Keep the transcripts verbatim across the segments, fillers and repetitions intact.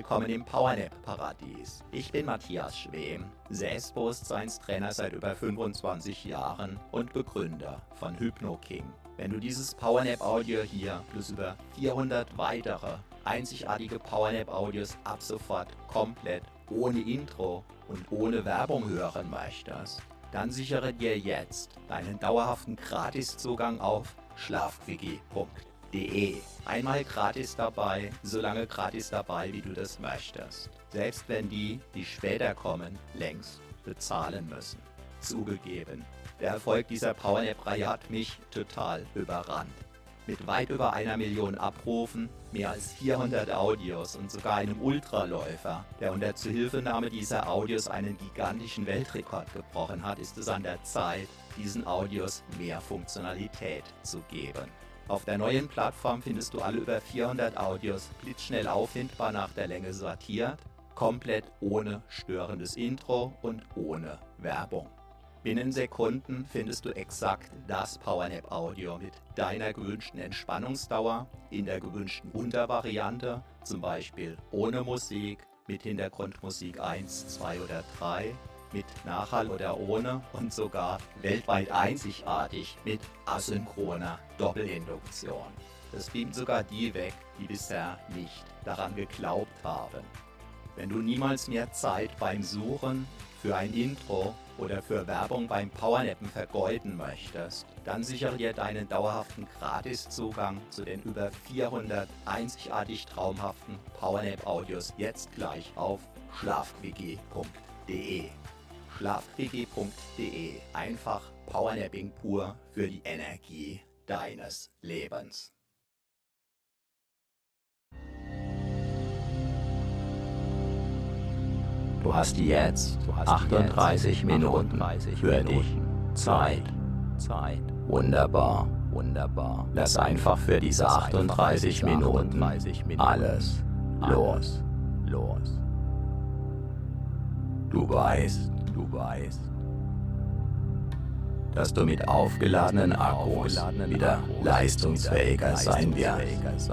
willkommen im Powernap-Paradies. Ich bin Matthias Schwem, Selbstbewusstseinstrainer seit über fünfundzwanzig Jahren und Begründer von HypnoKing. Wenn du dieses Powernap-Audio hier plus über vierhundert weitere einzigartige Powernap-Audios ab sofort komplett ohne Intro und ohne Werbung hören möchtest, dann sichere dir jetzt deinen dauerhaften Gratiszugang auf schlafquickie punkt de. Einmal gratis dabei, so lange gratis dabei, wie du das möchtest. Selbst wenn die, die später kommen, längst bezahlen müssen. Zugegeben, der Erfolg dieser Powernap-Reihe hat mich total überrannt. Mit weit über einer Million Abrufen, mehr als vierhundert Audios und sogar einem Ultraläufer, der unter Zuhilfenahme dieser Audios einen gigantischen Weltrekord gebrochen hat, ist es an der Zeit, diesen Audios mehr Funktionalität zu geben. Auf der neuen Plattform findest du alle über vierhundert Audios blitzschnell auffindbar nach der Länge sortiert, komplett ohne störendes Intro und ohne Werbung. Binnen Sekunden findest du exakt das Powernap-Audio mit deiner gewünschten Entspannungsdauer in der gewünschten Untervariante, zum Beispiel ohne Musik, mit Hintergrundmusik eins, zwei oder drei, mit Nachhall oder ohne und sogar weltweit einzigartig mit asynchroner Doppelinduktion. Das beamt sogar die weg, die bisher nicht daran geglaubt haben. Wenn du niemals mehr Zeit beim Suchen für ein Intro oder für Werbung beim Powernappen vergeuden möchtest, dann sichere dir deinen dauerhaften Gratiszugang zu den über vierhundert einzigartig traumhaften Powernap-Audios jetzt gleich auf schlafquickie punkt de. schlafquickie punkt de. Einfach Powernapping pur für die Energie deines Lebens. Du hast jetzt achtunddreißig Minuten für dich Zeit. Zeit. Wunderbar, wunderbar. Lass einfach für diese achtunddreißig Minuten alles los. Los. Du weißt, du weißt, dass du mit aufgeladenen Akkus wieder leistungsfähiger sein wirst.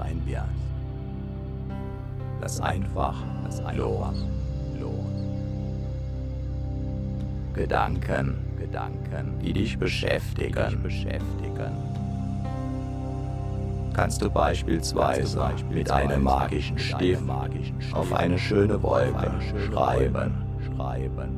Lass einfach los. Gedanken, Gedanken, die dich beschäftigen, beschäftigen. Kannst du beispielsweise mit einem magischen Stift auf eine schöne Wolke schreiben, schreiben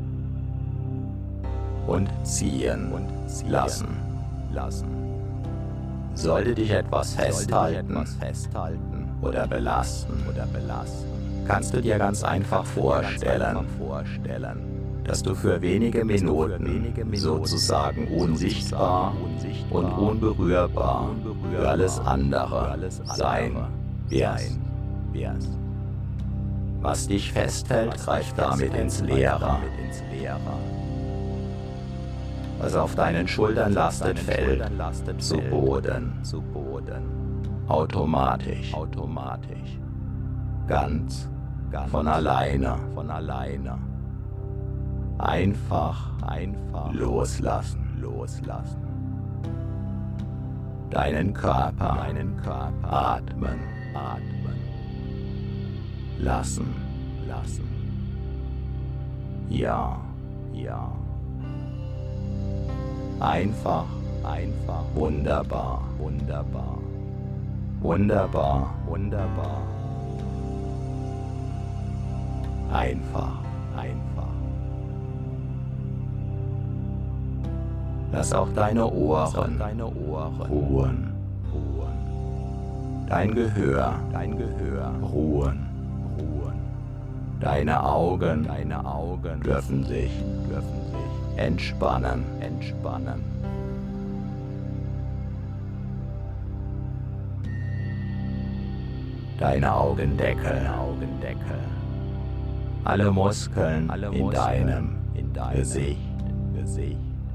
und ziehen lassen, lassen. Sollte dich etwas festhalten oder belasten, oder belasten, kannst du dir ganz einfach vorstellen, dass du für wenige Minuten sozusagen unsichtbar und unberührbar für alles andere sein wirst. Was dich festhält, greift damit ins Leere. Was auf deinen Schultern lastet, fällt zu Boden. Automatisch. Ganz von alleine. Einfach, einfach loslassen, loslassen. Deinen Körper, deinen Körper atmen, atmen. Lassen, lassen. Ja, ja. Einfach, einfach. Wunderbar, wunderbar. Wunderbar, wunderbar. Einfach, einfach. Lass auch deine Ohren, deine Ohren ruhen, ruhen. Dein Gehör, dein Gehör ruhen, ruhen. Deine Augen, deine Augen dürfen sich, dürfen sich entspannen, entspannen. Deine Augendeckel, Augendeckel. Alle Muskeln, Alle Muskeln in deinem, in deinem Gesicht, Gesicht.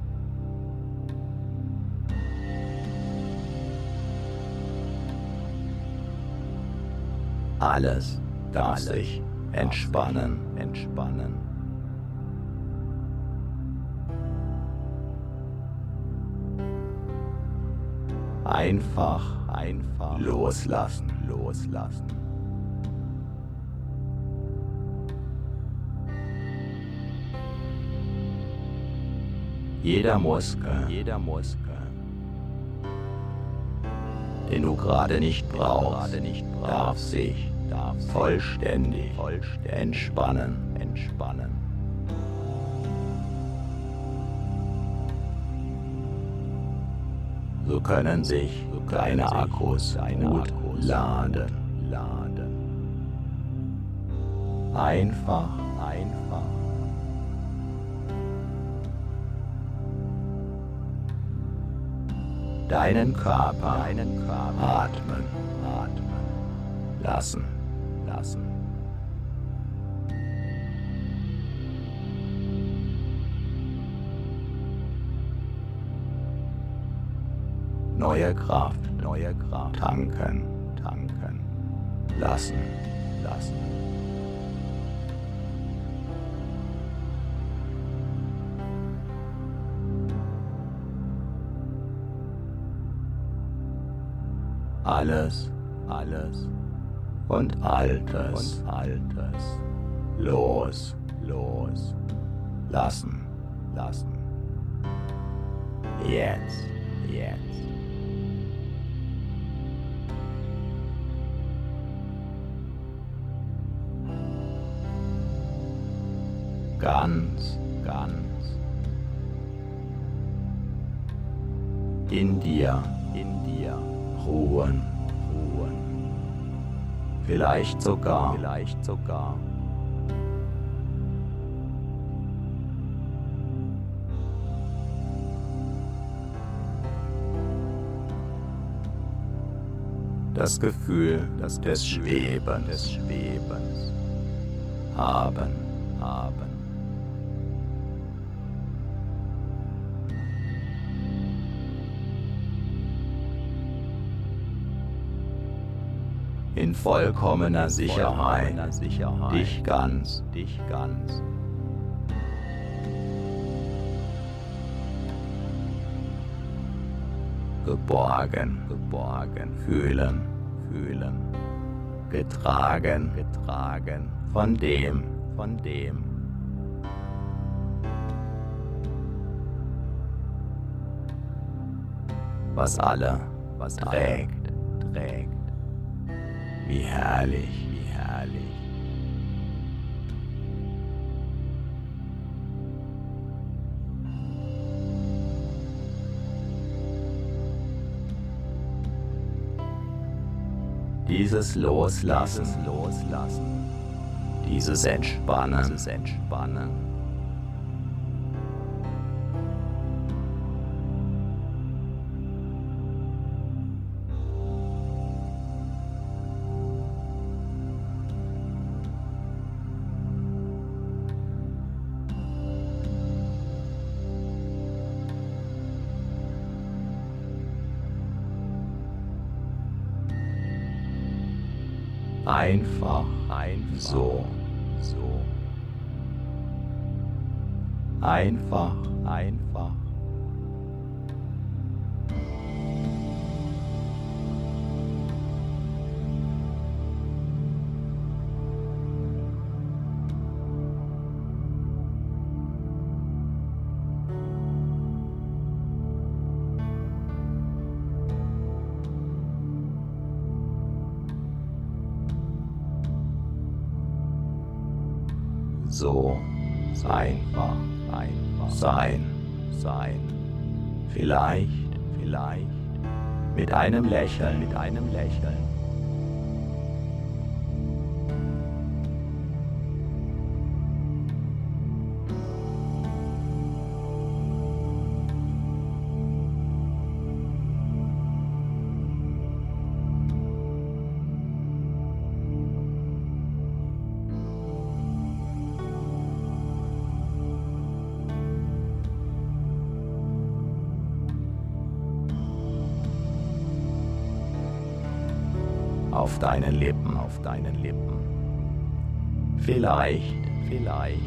Alles darf sich entspannen, entspannen. Einfach, einfach loslassen, loslassen. Jeder Muskel, jeder Muskel, den du gerade nicht brauchst, darf sich vollständig, vollständig entspannen, entspannen. So können sich deine Akkus gut laden, laden. Einfach, einfach. Deinen Körper, deinen Körper atmen, atmen, lassen, lassen. Neue Kraft, neue Kraft, tanken, tanken, lassen, lassen. Alles, alles und Altes, und Altes, los, los, lassen, lassen. Jetzt, jetzt. Ganz, ganz in dir, in dir ruhen, ruhen. Vielleicht sogar, vielleicht sogar das Gefühl, das des Schwebens, des Schwebens haben, haben. In vollkommener Sicherheit, Sicherheit, dich ganz, dich ganz. Geborgen, geborgen, fühlen, fühlen, getragen, getragen, von dem, von dem. Was alle, was trägt, trägt. Wie herrlich, wie herrlich. Dieses Loslassen, dieses Loslassen, dieses Entspannen, dieses Entspannen. Einfach, einfach, so, so. Einfach, einfach. So, einfach, einfach sein, sein. Vielleicht, vielleicht mit einem Lächeln, mit einem Lächeln. Auf deinen Lippen, auf deinen Lippen. Vielleicht, vielleicht.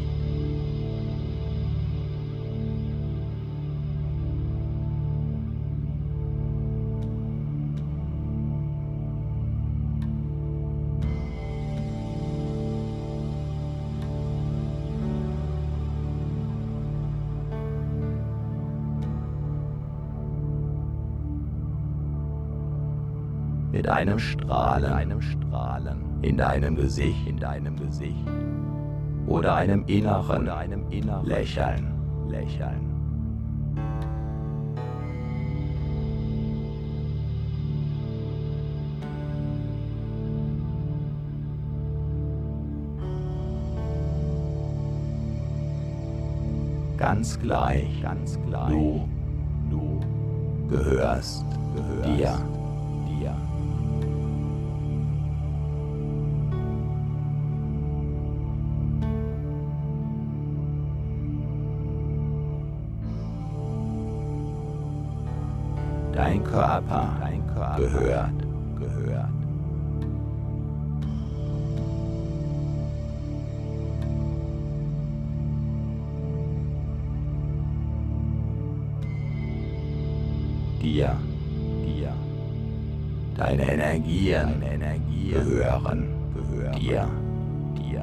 mit einem Strahlen, einem Strahlen in deinem Gesicht, in deinem Gesicht oder einem inneren, oder einem inneren Lächeln, Lächeln. Ganz gleich, ganz gleich. Du, du gehörst, gehörst dir, dir. Dein Körper, dein Körper gehört, gehört. Dir, dir. Deine Energien, deine Energien gehören, gehören dir, dir.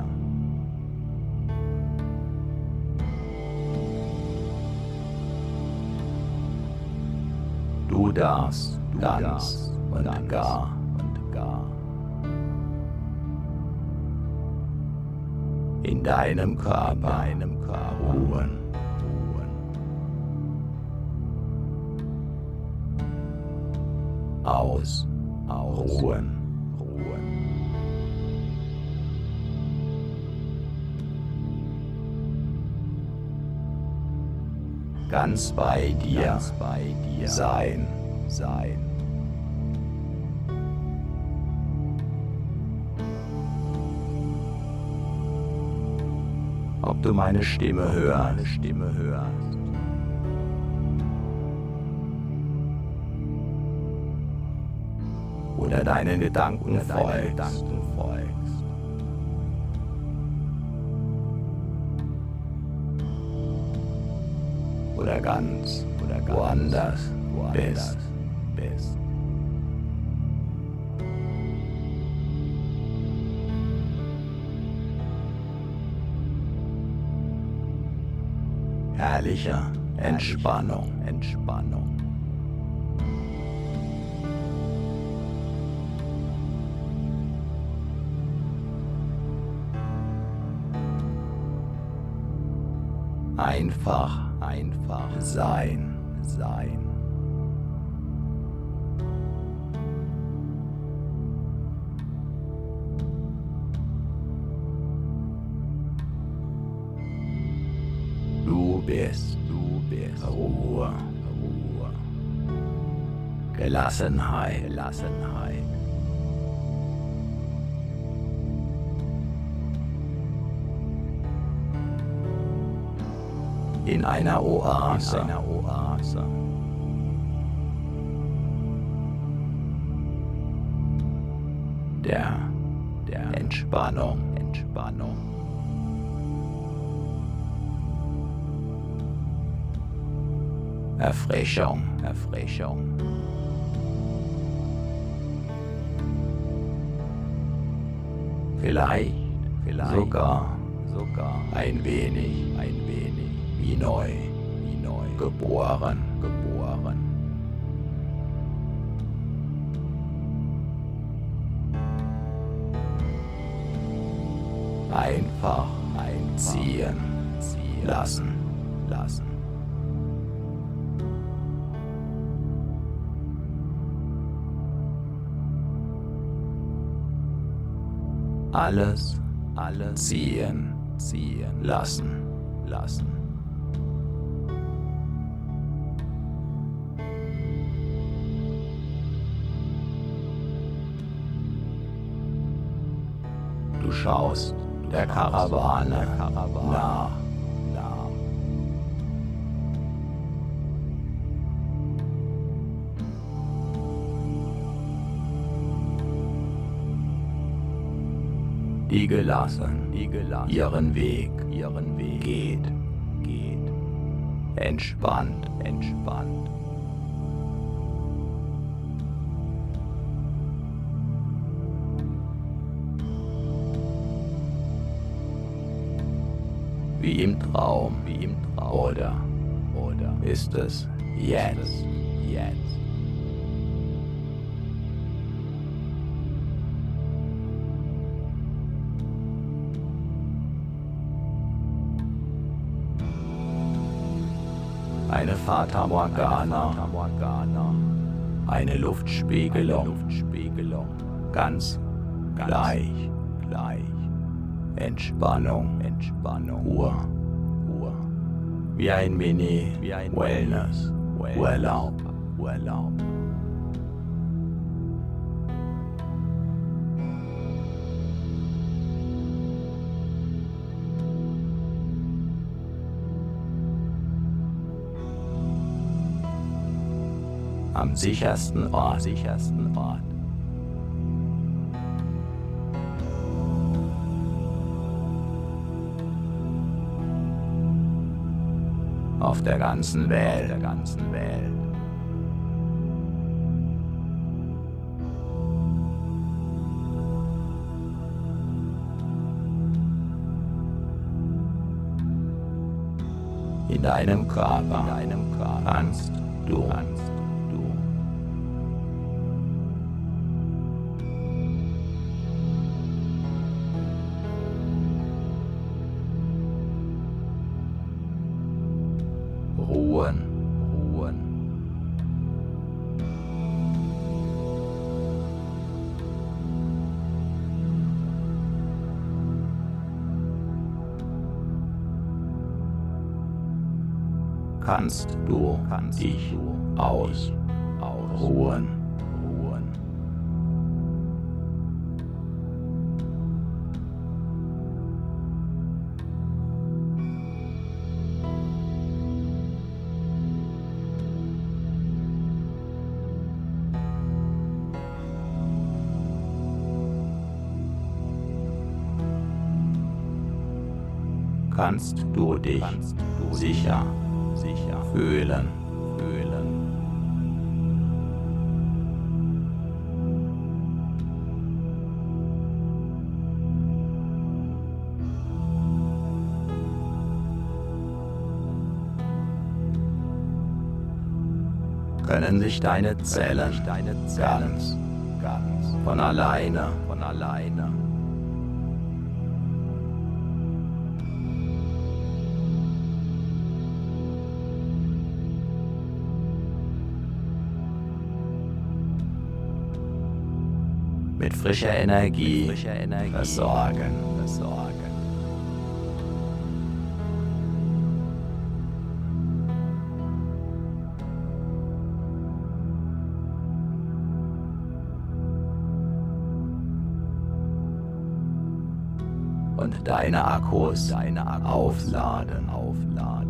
Du darfst, du ganz darfst und ganz gar und gar in deinem Körper, deinem Körper ruhen. Aus, aus, ruhen, ruhen. Ganz bei dir, ganz bei dir sein, sein. Ob du meine Stimme hörst, meine Stimme hörst. Oder deinen Gedanken folgst. Oder ganz, oder ganz woanders, woanders bist. bist. Herrlicher Entspannung, Entspannung. Einfach, einfach sein, sein. Du bist, du bist Ruhe, Ruhe. Gelassenheit, Gelassenheit. In einer Oase, in einer Oase. Der, der Entspannung, Entspannung. Erfrischung, Erfrischung. Vielleicht, vielleicht sogar, sogar ein wenig, ein wenig. Wie neu, wie neu, geboren, geboren. Einfach einziehen, ziehen lassen, lassen. Alles, alles ziehen, ziehen lassen, lassen. Du schaust der Karawane, der Karawane nach, nach. Die gelassen, die gelassen ihren Weg, ihren Weg geht, geht. Entspannt, entspannt. Wie im Traum, wie im Traum. Oder, oder ist es jetzt, jetzt? eine Fata Morgana, eine Luftspiegelung, ganz gleich, gleich, Entspannung, Entspannung, Ruhe, Ruhe, wie ein Mini, wie ein Wellness, Urlaub, Urlaub. Am sichersten Ort, sichersten Ort. Auf der ganzen Welt, der ganzen Welt. In deinem Körper, in deinem Körper kannst du, kannst du. Ruhen, ruhen. Kannst du, kannst dich du aus, ausruhen, ruhen. Kannst du dich kannst du sicher sicher fühlen, fühlen. Können sich deine Zellen, deine Zellen ganz, ganz von alleine, von alleine mit frischer Energie, mit frischer Energie versorgen, versorgen. Und deine Akkus, deine Akkus aufladen, aufladen.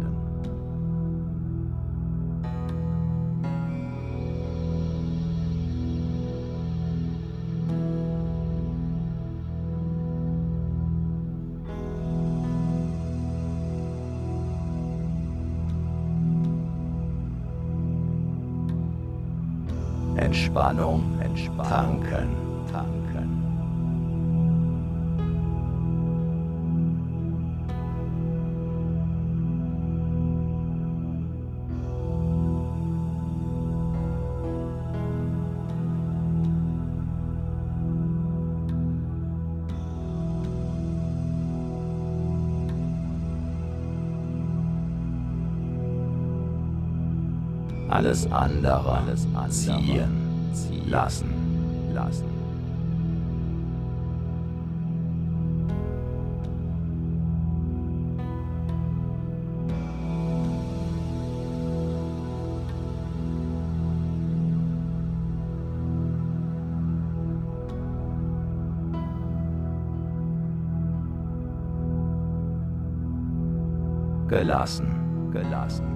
Entspannung, Entspannung, tanken, tanken. Alles andere, alles andere ziehen, ziehen lassen, lassen. Gelassen, gelassen.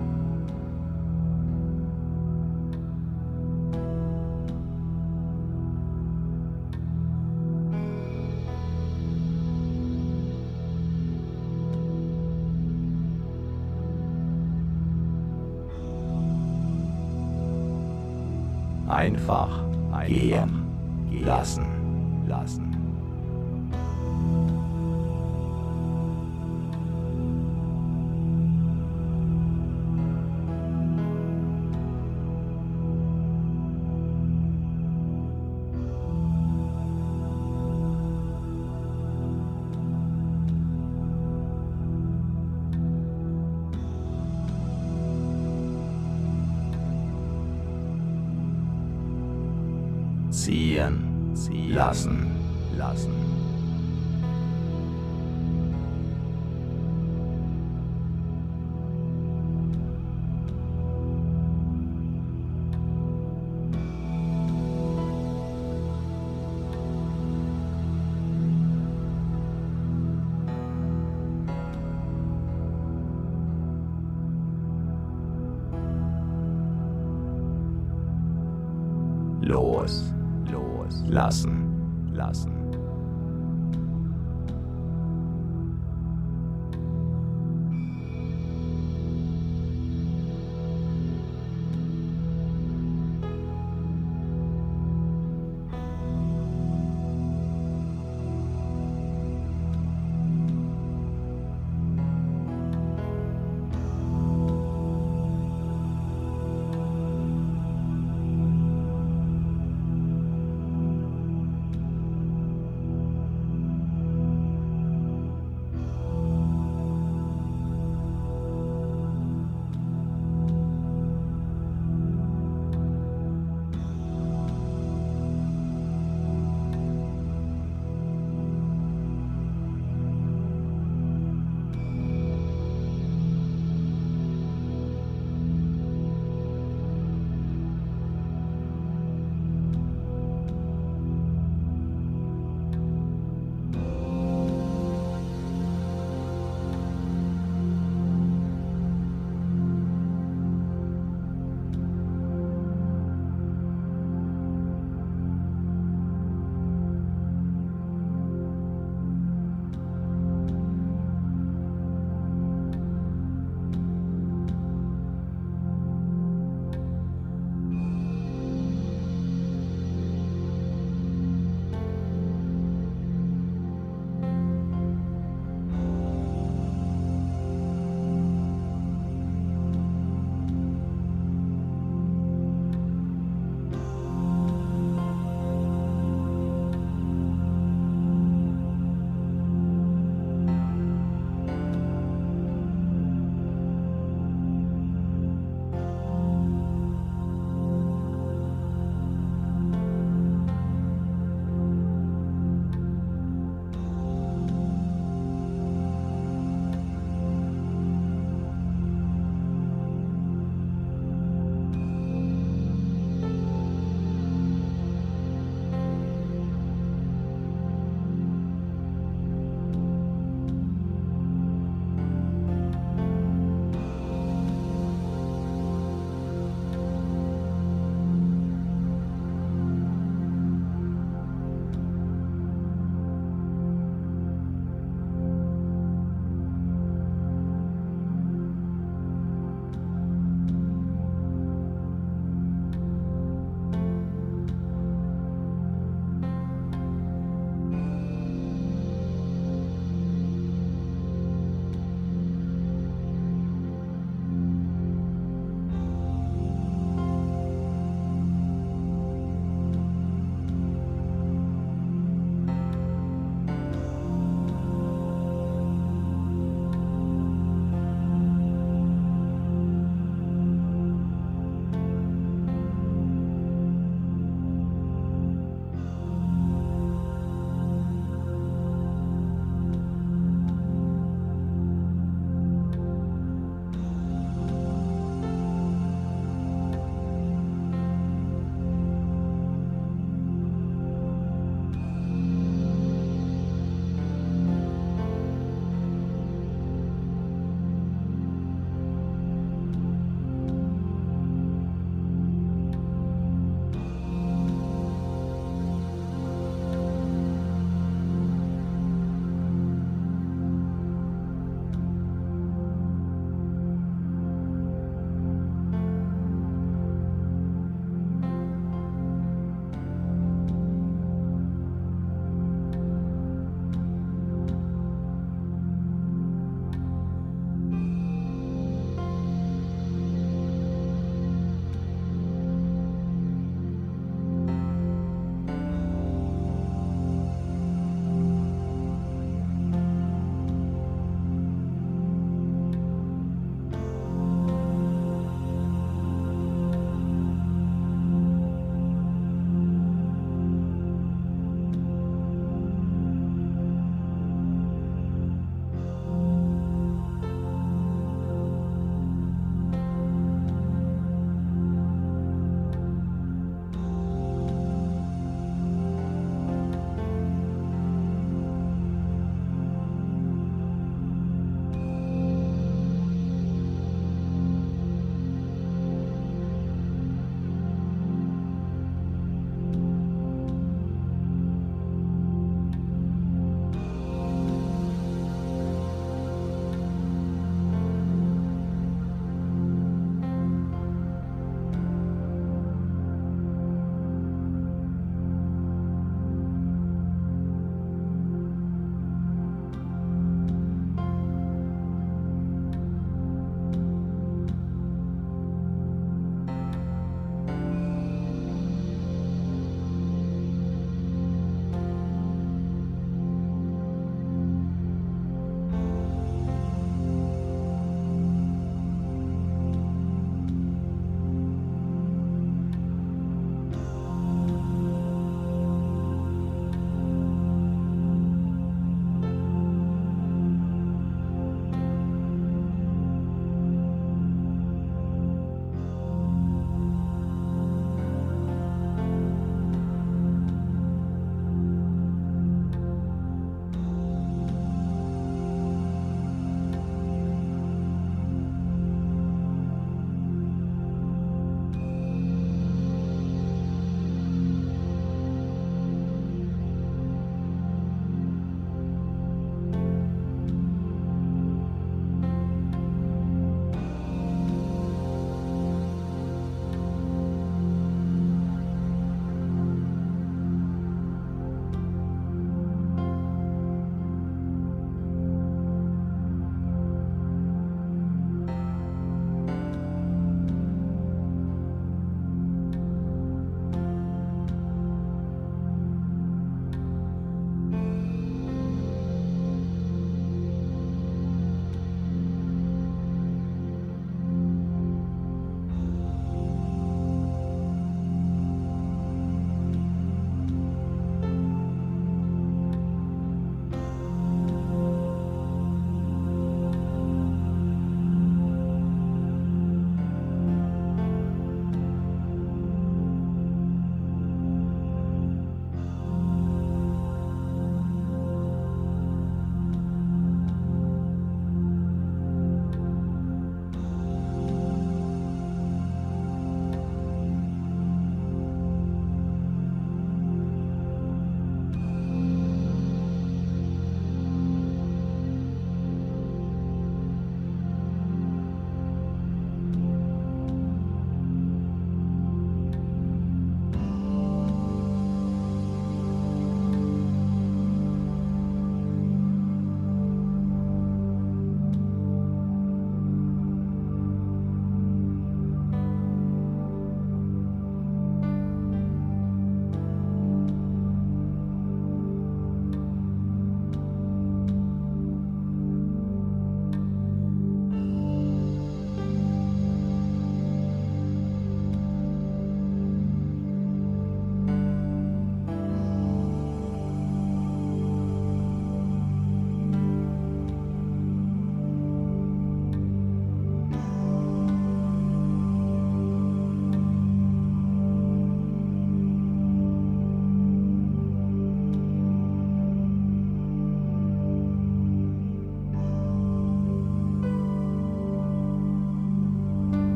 Einfach, einfach gehen, gehen lassen, lassen. ziehen, ziehen lassen, lassen. Los, los, lassen, lassen.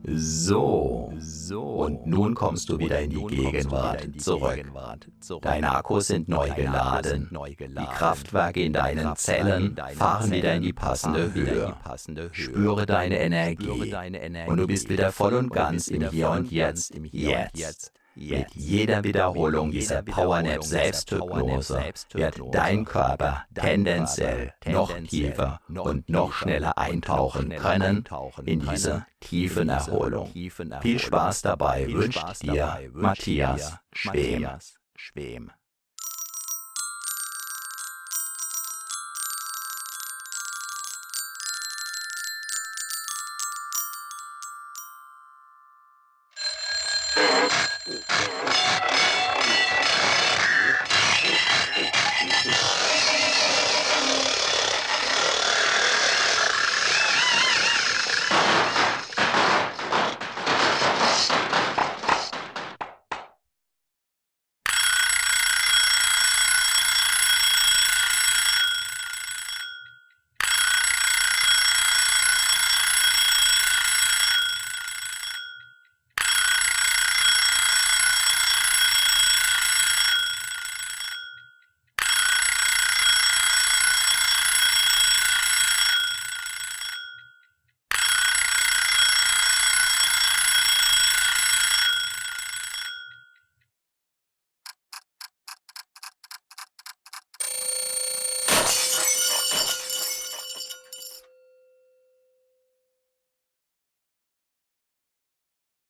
So, und nun kommst du wieder in die Gegenwart zurück. Deine Akkus sind neu geladen. Die Kraftwerke in deinen Zellen fahren wieder in die passende Höhe. Spüre deine Energie und du bist wieder voll und ganz im Hier und Jetzt. Jetzt. Mit jeder Wiederholung dieser Powernap Selbsthypnose wird dein Körper tendenziell noch tiefer und noch schneller eintauchen können in diese tiefen Erholung. Viel Spaß dabei wünscht dir Matthias Schwem.